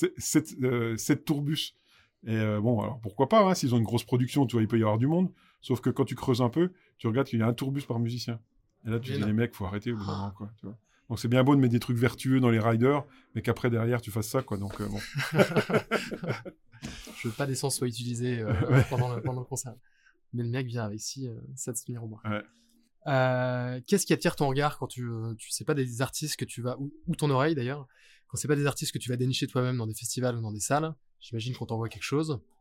sept tourbus. Et euh, bon, alors pourquoi pas, hein, s'ils ont une grosse production, tu vois, il peut y avoir du monde. Sauf que quand tu creuses un peu, tu regardes qu'il y a un tourbus par musicien. Et là, tu Mais dis, non. les mecs, faut arrêter au bout d'un moment, quoi, tu vois. Donc c'est bien beau de mettre des trucs vertueux dans les riders, mais qu'après, derrière, tu fasses ça, quoi. Donc, euh, bon. Je veux pas d'essence soit utilisée euh, pendant, le, pendant le concert. Mais le mec vient avec six, euh, sept souvenirs au moins. Ouais. Euh, qu'est-ce qui attire ton regard quand tu, euh, tu sais pas des artistes que tu vas, ou, ou ton oreille d'ailleurs, quand c'est pas des artistes que tu vas dénicher toi-même dans des festivals ou dans des salles, j'imagine qu'on t'envoie quelque chose.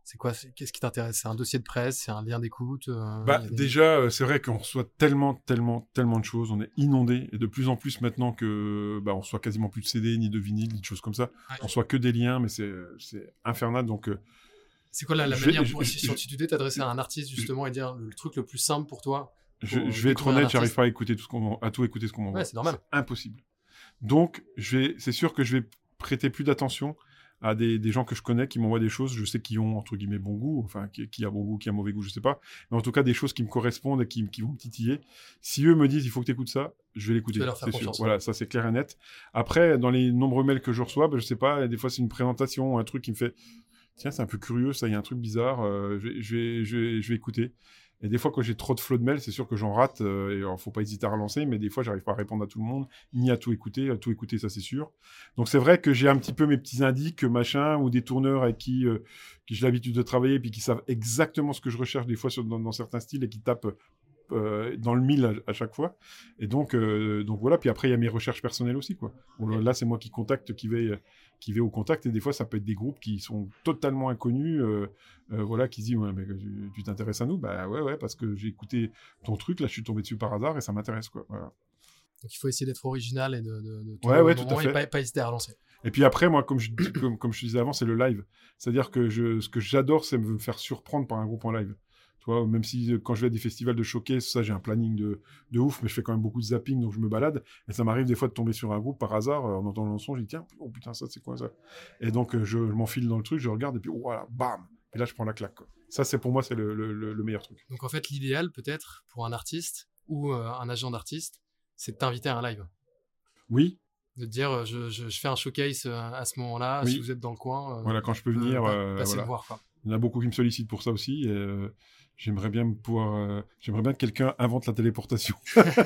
C'est quoi c'est, Qu'est-ce qui t'intéresse? C'est un dossier de presse? C'est un lien d'écoute euh, Bah, des... déjà, euh, c'est vrai qu'on reçoit tellement, tellement, tellement de choses. On est inondé. Et de plus en plus maintenant que, bah, on reçoit quasiment plus de C D, ni de vinyle, ni de choses comme ça. Ouais. On reçoit que des liens, mais c'est, c'est infernal. Donc, euh, c'est quoi la, la manière pour, si, si tu devais t'adresser à un artiste, justement, et dire le truc le plus simple pour toi? Je, je vais être honnête, j'arrive pas à écouter tout ce qu'on, à tout écouter ce qu'on m'envoie. Ouais, c'est normal. C'est impossible. Donc, je vais, c'est sûr que je vais prêter plus d'attention à des, des gens que je connais qui m'envoient des choses, je sais qui ont, entre guillemets, bon goût, enfin, qui, qui a bon goût, qui a mauvais goût, je sais pas, mais en tout cas, des choses qui me correspondent et qui, qui vont me titiller. Si eux me disent, il faut que tu écoutes ça, je vais l'écouter, c'est sûr. Voilà, ça, c'est clair et net. Après, dans les nombreux mails que je reçois, ben, je sais pas, des fois, c'est une présentation, un truc qui me fait, tiens, c'est un peu curieux, ça, il y a un truc bizarre, euh, je, je, vais, je, vais, je vais écouter. Et des fois, quand j'ai trop de flots de mails, c'est sûr que j'en rate. Euh, et alors, faut pas hésiter à relancer, mais des fois, j'arrive pas à répondre à tout le monde, ni à tout écouter. À tout écouter, ça c'est sûr. Donc c'est vrai que j'ai un petit peu mes petits indices, machin, ou des tourneurs avec qui, euh, qui j'ai l'habitude de travailler, puis qui savent exactement ce que je recherche des fois sur, dans, dans certains styles et qui tapent euh, dans le mille à, à chaque fois. Et donc, euh, donc voilà. Puis après, il y a mes recherches personnelles aussi, quoi. Bon, là, c'est moi qui contacte, qui vais, qui vais au contact. Et des fois, ça peut être des groupes qui sont totalement inconnus. Euh, Euh, voilà, qui se dit ouais, mais tu, tu t'intéresses à nous, bah ouais ouais parce que j'ai écouté ton truc, là je suis tombé dessus par hasard et ça m'intéresse quoi. Voilà. Donc il faut essayer d'être original et de, de, de ouais ouais tout à fait. Et pas, pas hésiter à relancer. Et puis après moi comme je comme, comme je te disais avant c'est le live, c'est-à-dire que je ce que j'adore c'est me faire surprendre par un groupe en live. Tu vois, même si euh, quand je vais à des festivals de showcase, ça j'ai un planning de, de ouf, mais je fais quand même beaucoup de zapping donc je me balade et ça m'arrive des fois de tomber sur un groupe par hasard euh, en entendant le son, je dis tiens oh putain ça c'est quoi ça et donc euh, je, je m'enfile dans le truc, je regarde et puis voilà bam et là je prends la claque quoi. Ça, c'est pour moi, c'est le, le, le meilleur truc. Donc, en fait, l'idéal, peut-être, pour un artiste ou euh, un agent d'artiste, c'est de t'inviter à un live. Oui. De te dire, je, je, je fais un showcase à ce moment-là, oui. Si vous êtes dans le coin. Euh, voilà, quand je peux venir. Euh, passer voilà. le voir, quoi. Il y en a beaucoup qui me sollicitent pour ça aussi. Et, euh, j'aimerais bien pouvoir. Euh, j'aimerais bien que quelqu'un invente la téléportation.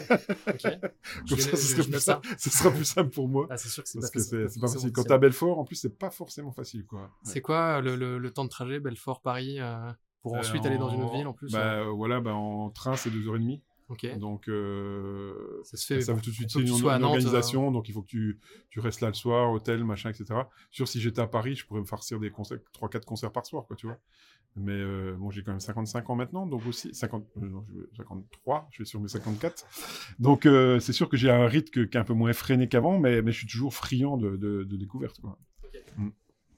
Ok. Comme ça, ce serait plus simple. Ce sera plus simple pour moi. Ah, c'est sûr que c'est parce pas que facile. c'est pas facile. Quand t'es à Belfort, en plus, c'est pas forcément facile, quoi. Ouais. C'est quoi le, le, le temps de trajet Belfort-Paris euh, pour euh, ensuite en... aller dans une autre ville en plus? Bah euh... voilà, bah en train c'est deux heures et demie. Ok. Donc euh, ça se fait. Ça veut tout de suite une, une organisation, Nantes, euh... donc il faut que tu, tu restes là le soir, hôtel, machin, et cetera. Sûr, si j'étais à Paris, je pourrais me farcir des concerts, trois quatre concerts par soir, quoi, tu vois. Mais euh, bon, j'ai quand même cinquante-cinq ans maintenant, donc aussi cinquante, euh, non, cinquante-trois, je vais sur mes cinquante-quatre. Donc euh, c'est sûr que j'ai un rythme que, qui est un peu moins effréné qu'avant, mais, mais je suis toujours friand de, de, de découverte, quoi. Okay. Mm.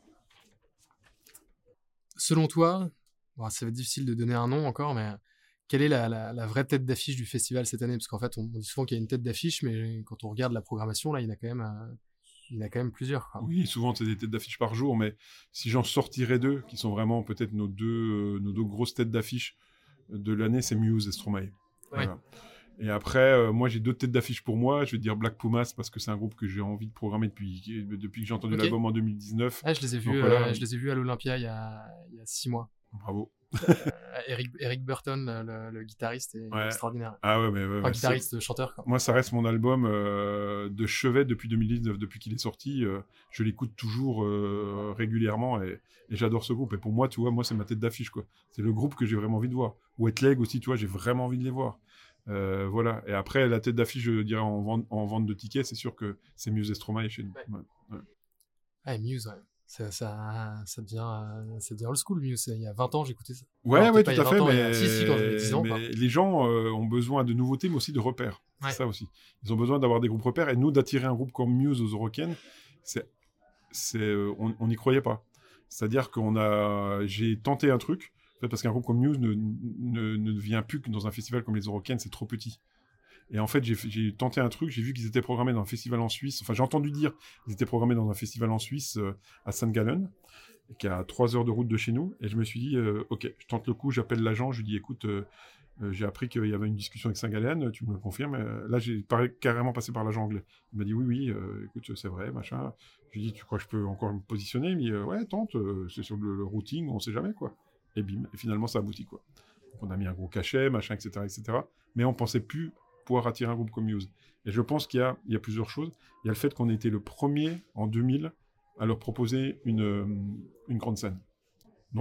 Selon toi, bon, ça va être difficile de donner un nom encore, mais quelle est la, la, la vraie tête d'affiche du festival cette année? Parce qu'en fait, on, on dit souvent qu'il y a une tête d'affiche, mais quand on regarde la programmation, là, il y en a quand même, euh, il y en a quand même plusieurs. Quoi. Oui, souvent, c'est des têtes d'affiche par jour, mais si j'en sortirais deux, qui sont vraiment peut-être nos deux, euh, nos deux grosses têtes d'affiche de l'année, c'est Muse et Stromae. Ouais. Voilà. Et après, euh, moi, j'ai deux têtes d'affiche pour moi. Je vais dire Black Pumas parce que c'est un groupe que j'ai envie de programmer depuis, depuis que j'ai entendu okay. l'album en deux mille dix-neuf. Ah, je les ai vus, voilà. euh, je les ai vus à l'Olympia il y a, il y a six mois. Bravo. euh, Eric, Eric Burton, le, le, le guitariste, est ouais. extraordinaire. Ah ouais, mais ouais, enfin, ouais, guitariste, chanteur. Quoi. Moi, ça reste mon album euh, de chevet depuis deux mille dix-neuf, depuis qu'il est sorti. Euh, je l'écoute toujours euh, régulièrement et, et j'adore ce groupe. Et pour moi, tu vois, moi, c'est ma tête d'affiche, quoi. C'est le groupe que j'ai vraiment envie de voir. Wet Leg aussi, tu vois, j'ai vraiment envie de les voir. Euh, voilà. Et après, la tête d'affiche, je dirais en vente, en vente de tickets, c'est sûr que c'est Muse et Stromae chez nous. Ouais. Ouais. Ouais, Muse, ouais. Ça, ça, ça, devient, ça devient old school, Muse. Il y a vingt ans, j'écoutais ça. Ouais, Alors, ouais, tout à fait. Ans, mais si, si, quand j'avais dix ans, mais les gens euh, ont besoin de nouveautés, mais aussi de repères. Ouais. C'est ça aussi. Ils ont besoin d'avoir des groupes repères. Et nous, d'attirer un groupe comme Muse aux Eurocaines, c'est, c'est, euh, on n'y croyait pas. C'est-à-dire qu'on a, j'ai tenté un truc, parce qu'un groupe comme Muse ne, ne, ne vient plus que dans un festival comme les Eurocaines, c'est trop petit. Et en fait, j'ai, j'ai tenté un truc, j'ai vu qu'ils étaient programmés dans un festival en Suisse. Enfin, j'ai entendu dire qu'ils étaient programmés dans un festival en Suisse euh, à Saint Gallen, qui est à trois heures de route de chez nous. Et je me suis dit, euh, ok, je tente le coup, j'appelle l'agent, je lui dis, écoute, euh, euh, j'ai appris qu'il y avait une discussion avec Saint Gallen, tu me le confirmes. Euh, là, j'ai par- carrément passé par l'agent anglais. Il m'a dit, oui, oui, euh, écoute, c'est vrai, machin. Je lui ai dit, tu crois que je peux encore me positionner? Il m'a dit, euh, ouais, tente, euh, c'est sur le, le routing, on sait jamais, quoi. Et bim, et finalement, ça aboutit, quoi. Donc, on a mis un gros cachet, machin, et cetera, et cetera. Mais on pensait plus pouvoir attirer un groupe comme Muse. Et je pense qu'il y a, il y a plusieurs choses. Il y a le fait qu'on ait été le premier, en deux mille, à leur proposer une, une grande scène. Donc,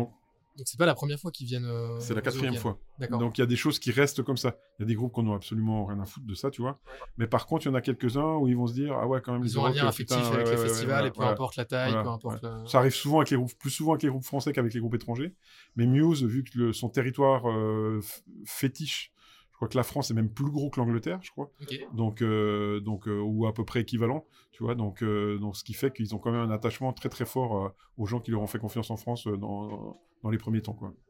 Donc c'est pas la première fois qu'ils viennent. Euh, c'est la quatrième fois. D'accord. Donc il y a des choses qui restent comme ça. Il y a des groupes qu'on n'a absolument rien à foutre de ça, tu vois. Ouais. Mais par contre, il y en a quelques-uns où ils vont se dire ah ouais quand même. Ils ont un lien affectif putain, avec ouais, les ouais, festivals ouais, et peu voilà, importe la taille, voilà, peu importe. Voilà. Le... Ça arrive souvent avec les groupes, plus souvent avec les groupes français qu'avec les groupes étrangers. Mais Muse, vu que le, son territoire euh, fétiche. Je crois que la France est même plus gros que l'Angleterre, je crois. Okay. Donc, euh, donc euh, ou à peu près équivalent, tu vois. Donc, euh, donc, ce qui fait qu'ils ont quand même un attachement très très fort euh, aux gens qui leur ont fait confiance en France euh, dans, dans les premiers temps, quoi.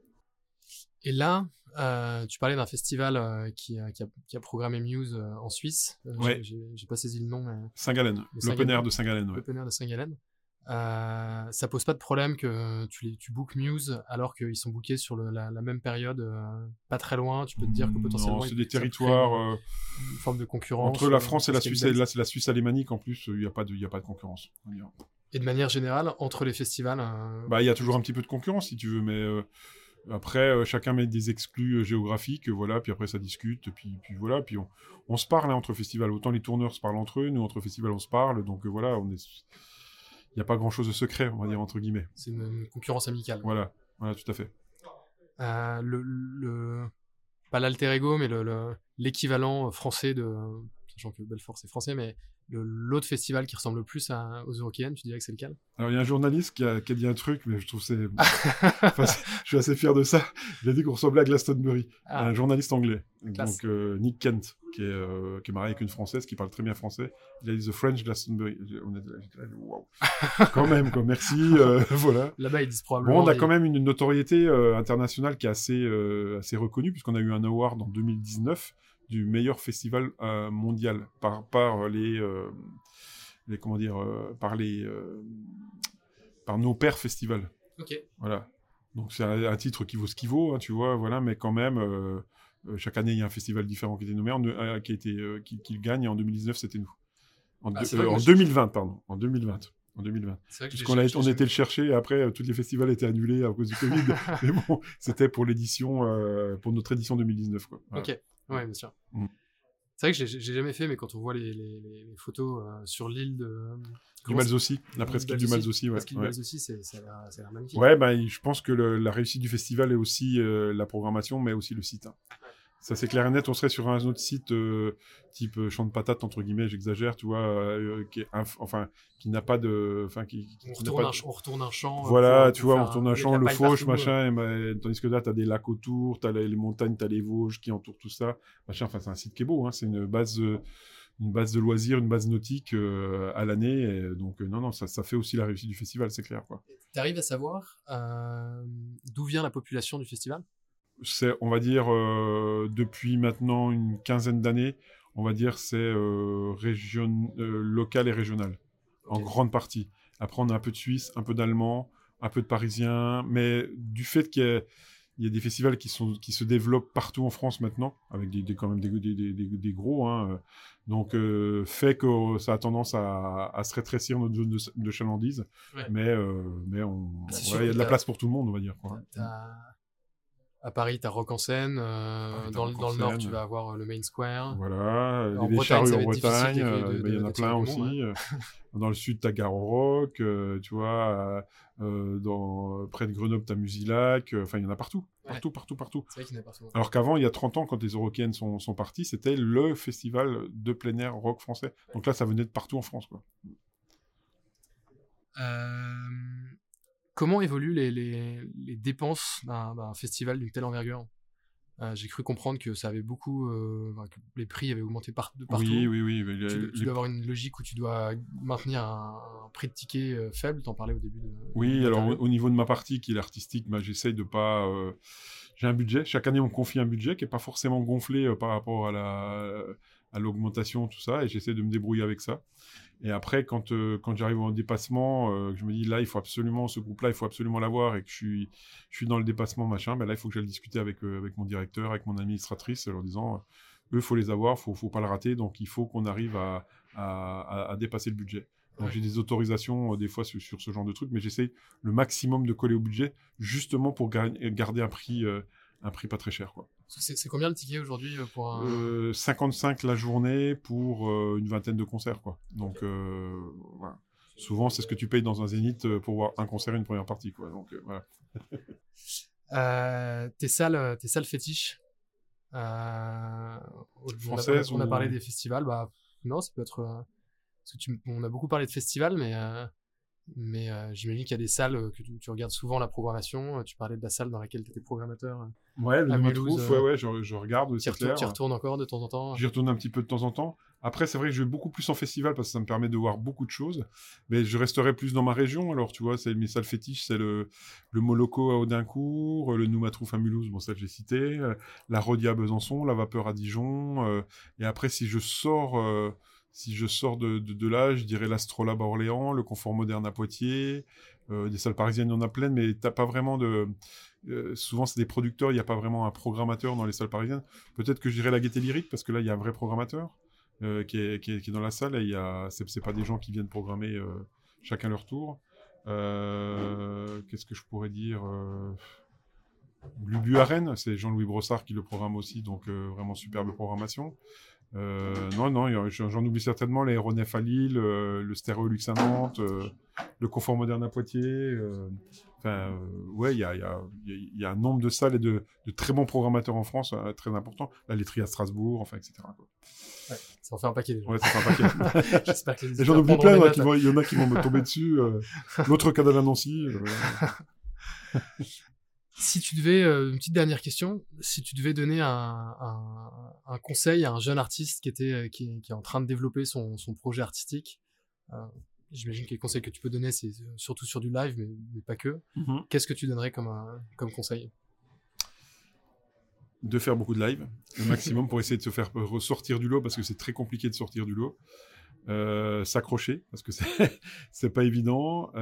Et là, euh, tu parlais d'un festival euh, qui, euh, qui, a, qui a programmé Muse euh, en Suisse. Euh, ouais. J'ai, j'ai pas saisi le nom. Mais... Saint-Gallen, l'open air de Saint-Gallen. Ouais. L'open air de Saint-Gallen. Euh, ça pose pas de problème que tu, les, tu bookes Muse alors qu'ils sont bookés sur le, la, la même période, euh, pas très loin. Tu peux te dire que potentiellement. Non, c'est des territoires. Une, euh, une forme de concurrence. Entre la France et la Suisse, et là c'est la Suisse alémanique en plus, il n'y a pas de, il y a pas de concurrence. Et de manière générale, entre les festivals. Euh, bah, il y a toujours un petit peu de concurrence si tu veux, mais. Euh... Après, euh, chacun met des exclus euh, géographiques, euh, voilà, puis après ça discute, puis, puis voilà, puis on, on se parle hein, entre festivals. Autant les tourneurs se parlent entre eux, nous entre festivals on se parle, donc euh, voilà, on est, il n'y a pas grand-chose de secret, on va dire entre guillemets. C'est une, une concurrence amicale. Voilà, voilà, tout à fait. Euh, le, le, pas l'alter ego, mais le, le, l'équivalent français de, sachant que Belfort c'est français, mais le, l'autre festival qui ressemble le plus à, aux Eurokéennes, tu dirais que c'est lequel? Alors il y a un journaliste qui a, qui a dit un truc, mais je trouve c'est, enfin, je suis assez fier de ça. Il a dit qu'on ressemblait à Glastonbury, ah. Un journaliste anglais, Classe. Donc euh, Nick Kent, qui est, euh, qui est marié avec une française qui parle très bien français. Il a dit The French Glastonbury. On est wow. Quand même, quoi. Merci. Euh, voilà. Là-bas ils disent probablement. Bon, on a quand même une notoriété euh, internationale qui est assez, euh, assez reconnue puisqu'on a eu un award en deux mille dix-neuf. Du meilleur festival euh, mondial par par les euh, les comment dire euh, par les euh, par nos pairs festivals. Ok. Voilà. Donc c'est un, un titre qui vaut ce qu'il vaut, hein, tu vois, voilà, mais quand même euh, euh, chaque année il y a un festival différent qui était nommé, en, euh, qui a été euh, qui, qui le gagne. Et en deux mille dix-neuf c'était nous. En, ah, de, euh, en deux mille vingt pardon, en deux mille vingt. En deux mille vingt. Puisqu'on a, on était le chercher et après euh, tous les festivals étaient annulés à cause du Covid. Mais bon, c'était pour l'édition euh, pour notre édition deux mille dix-neuf quoi. Voilà. Ok. Ouais, bien sûr. Mmh. C'est vrai que j'ai, j'ai jamais fait, mais quand on voit les, les, les photos euh, sur l'île de... Euh, du Malzossi, la presqu'île du Malzossi, ouais. La presqu'île du Malzossi, c'est, ça, a l'air, ça a l'air magnifique. Ouais, bah, je pense que le, la réussite du festival est aussi euh, la programmation, mais aussi le site. Hein. Ouais. Ça, c'est clair et net. On serait sur un autre site euh, type euh, champ de patates, entre guillemets, j'exagère, tu vois, euh, qui est inf- enfin, qui n'a pas de... Enfin, qui, qui on, retourne un, de... on retourne un champ. Voilà, pour, tu pour vois, on retourne un champ, le Fauche, machin, et, bah, tandis que là, t'as des lacs autour, t'as les, les montagnes, t'as les Vosges qui entourent tout ça, machin. Enfin, c'est un site qui est beau, hein. C'est une base... Euh, une base de loisirs, une base nautique euh, à l'année. Et donc, euh, non, non, ça, ça fait aussi la réussite du festival, c'est clair, quoi. Tu arrives à savoir euh, d'où vient la population du festival ? C'est, on va dire, euh, depuis maintenant une quinzaine d'années, on va dire c'est euh, région, euh, local et régional, okay. En grande partie. Après, on a un peu de Suisse, un peu d'Allemand, un peu de Parisien, mais du fait qu'il y a Il y a des festivals qui, sont, qui se développent partout en France maintenant, avec des, des, quand même des, des, des, des gros. Hein. Donc, euh, fait que ça a tendance à, à se rétrécir notre zone de, de chalandise. Ouais. Mais, euh, mais on, il ouais, y a de la place pour tout le monde, on va dire. Quoi. À Paris, tu as Rock en Scène. Euh, Paris, dans, dans le Nord, tu vas avoir le Main Square. Voilà, en les charrues en Bretagne, il euh, y en a plein aussi. Monde, ouais. Dans le Sud, tu as Gare au Rock, euh, tu vois, euh, dans, près de Grenoble, tu as Musilac. Enfin, il y en a partout, partout, ouais. partout, partout. C'est vrai qu'il y en a partout. Alors qu'avant, il y a trente ans, quand les Eurokéennes sont, sont partis, c'était le festival de plein air rock français. Donc là, ça venait de partout en France, quoi. Euh... Comment évoluent les, les, les dépenses d'un, d'un festival d'une telle envergure ? euh, J'ai cru comprendre que ça avait beaucoup, euh, que les prix avaient augmenté par, de partout. Oui, oui, oui. Tu, les... tu dois avoir une logique où tu dois maintenir un, un prix de ticket euh, faible. T'en parlais au début. De, oui, de alors au, au niveau de ma partie qui est l'artistique, bah, j'essaye de pas. Euh... J'ai un budget. Chaque année, on me confie un budget qui est pas forcément gonflé euh, par rapport à la à l'augmentation, tout ça, et j'essaie de me débrouiller avec ça. Et après, quand, euh, quand j'arrive en dépassement, euh, je me dis, là, il faut absolument, ce groupe-là, il faut absolument l'avoir, et que je suis, je suis dans le dépassement, machin, ben là, il faut que j'aille discuter avec, euh, avec mon directeur, avec mon administratrice, en leur disant, euh, eux, il faut les avoir, il faut, faut pas le rater, donc il faut qu'on arrive à, à, à, à dépasser le budget. Donc, ouais. J'ai des autorisations, euh, des fois, sur, sur ce genre de trucs, mais j'essaye le maximum de coller au budget, justement pour gar- garder un prix, euh, un prix pas très cher, quoi. C'est, c'est combien le ticket aujourd'hui pour un... euh, cinquante-cinq la journée pour euh, une vingtaine de concerts, quoi. Donc, okay. euh, voilà. Souvent, c'est ce que tu payes dans un zénith pour voir un concert et une première partie, quoi. Donc, euh, voilà. Euh, tes salles, tes salles fétiches. Euh, Françaises on, a, on a ou... parlé des festivals. Bah non, ça peut être. Euh, parce que tu, on a beaucoup parlé de festivals, mais euh, mais euh, j'imagine qu'il y a des salles que tu, tu regardes souvent la programmation. Tu parlais de la salle dans laquelle tu étais programmateur. Ouais, le à Noumatrouf, Mulhouse, ouais, ouais, je, je regarde, c'est clair. Tu y retournes encore de temps en temps. J'y retourne un petit peu de temps en temps. Après, c'est vrai que je vais beaucoup plus en festival parce que ça me permet de voir beaucoup de choses. Mais je resterai plus dans ma région. Alors, tu vois, c'est mes salles fétiches, c'est le, le Moloko à Audincourt, le Noumatrouf à Mulhouse, bon, ça, je l'ai cité, la Rodia à Besançon, la Vapeur à Dijon. Euh, et après, si je sors, euh, si je sors de, de, de là, je dirais l'Astrolabe à Orléans, le Confort Moderne à Poitiers. Euh, des salles parisiennes, il y en a plein, mais t'as pas vraiment de... Euh, souvent, c'est des producteurs, il n'y a pas vraiment un programmateur dans les salles parisiennes. Peut-être que je dirais la Gaieté Lyrique, parce que là, il y a un vrai programmateur euh, qui, est, qui, est, qui est dans la salle, et il y a... c'est, c'est pas des gens qui viennent programmer euh, chacun leur tour. Euh, qu'est-ce que je pourrais dire euh... Lubu à Rennes, c'est Jean-Louis Brossard qui le programme aussi, donc euh, vraiment superbe programmation. Euh, non, non, j'en oublie certainement l'aéronef à Lille, euh, le Stéréolux à Nantes, euh, le Confort Moderne à Poitiers. Euh, enfin, euh, ouais, il y a, y, a, y a un nombre de salles et de, de très bons programmateurs en France euh, très important. La laiterie à Strasbourg, enfin, et cetera. Quoi. Ouais, ça en fait un paquet déjà. Ouais, ça fait un paquet. J'espère que les et j'en oublie plein, il ouais, y en a qui vont me tomber dessus. Euh, L'autre cas d'Alain Nancy. Euh, Si tu devais, euh, une petite dernière question, si tu devais donner un, un, un conseil à un jeune artiste qui, était, qui, qui est en train de développer son, son projet artistique, euh, j'imagine que les conseils que tu peux donner, c'est surtout sur du live, mais, mais pas que. Mm-hmm. Qu'est-ce que tu donnerais comme, un, comme conseil ? De faire beaucoup de live, le maximum pour essayer de se faire ressortir du lot, parce que c'est très compliqué de sortir du lot. Euh, s'accrocher, parce que c'est, c'est pas évident.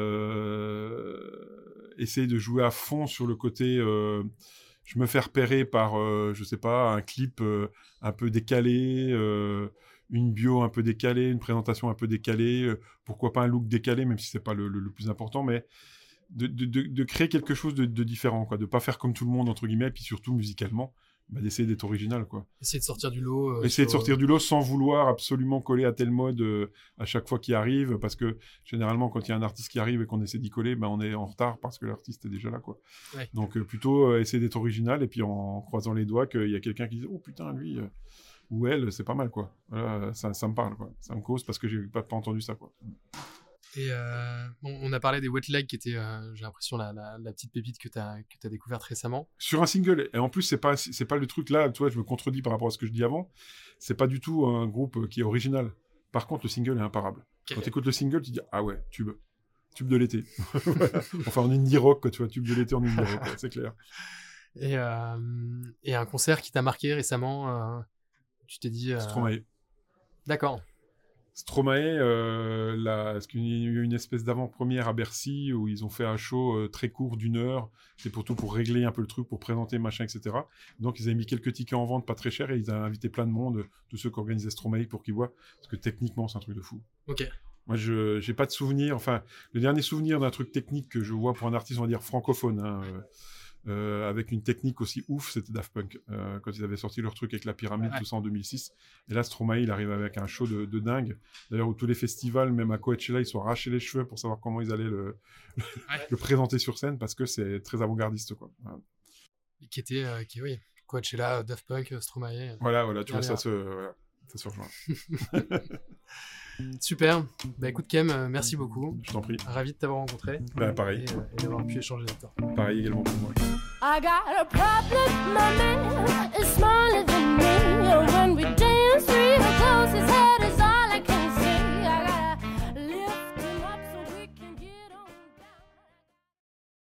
Euh... Essayer de jouer à fond sur le côté... Euh... Je me fais repérer par, euh, je sais pas, un clip euh, un peu décalé, euh, une bio un peu décalée, une présentation un peu décalée, euh, pourquoi pas un look décalé, même si c'est pas le, le, le plus important, mais de, de, de, de créer quelque chose de, de différent, quoi, de pas faire comme tout le monde, entre guillemets, et puis surtout musicalement, bah, d'essayer d'être original, quoi. Essayer de sortir du lot. Euh, Essayer sur... de sortir du lot sans vouloir absolument coller à tel mode euh, à chaque fois qu'il arrive, parce que généralement, quand il y a un artiste qui arrive et qu'on essaie d'y coller, bah, on est en retard parce que l'artiste est déjà là, quoi. Ouais. Donc euh, plutôt euh, essayer d'être original et puis en croisant les doigts qu'il y a quelqu'un qui dit « Oh putain, lui euh, ou elle, c'est pas mal, quoi. » Voilà, ça, ça me parle, quoi. Ça me cause parce que j'ai pas, pas entendu ça, quoi. Et euh, bon, on a parlé des Wet Leg qui étaient, euh, j'ai l'impression, la, la, la petite pépite que tu as que tu as découverte récemment. Sur un single. Et en plus, c'est pas, c'est pas le truc là, tu vois, je me contredis par rapport à ce que je dis avant. C'est pas du tout un groupe qui est original. Par contre, le single est imparable. Okay. Quand tu écoutes le single, tu dis, ah ouais, tube. Tube de l'été. Voilà. Enfin, en indie rock, quoi, tu vois, tube de l'été en indie rock, quoi, c'est clair. Et, euh, et un concert qui t'a marqué récemment, euh, tu t'es dit... Euh... Stromae. D'accord. Stromae, euh, là, parce qu'il y a eu une espèce d'avant-première à Bercy où ils ont fait un show euh, très court d'une heure. C'est pour tout pour régler un peu le truc, pour présenter machin, et cetera. Donc ils avaient mis quelques tickets en vente, pas très chers, et ils avaient invité plein de monde, tous ceux qui organisaient Stromae, pour qu'ils voient, parce que techniquement c'est un truc de fou. Ok. Moi, je j'ai pas de souvenir. Enfin, le dernier souvenir d'un truc technique que je vois pour un artiste, on va dire francophone. Hein, euh, Euh, avec une technique aussi ouf, c'était Daft Punk euh, quand ils avaient sorti leur truc avec la pyramide, ouais. Tout ça en deux mille six. Et là, Stromae, il arrive avec un show de, de dingue. D'ailleurs, où tous les festivals, même à Coachella, ils sont arrachés les cheveux pour savoir comment ils allaient le, le, ouais. le présenter sur scène, parce que c'est très avant-gardiste, quoi. Voilà. Qui était, euh, qui oui, Coachella, Daft Punk, Stromae. Voilà, voilà, tu vois, ça se, voilà, ça se rejoint. Super. Bah écoute Kem, euh, merci beaucoup. Je t'en prie. Ravi de t'avoir rencontré. Bah pareil. Et, euh, et d'avoir pu échanger avec toi. Pareil également pour moi. I got a problem, my man is smaller than me.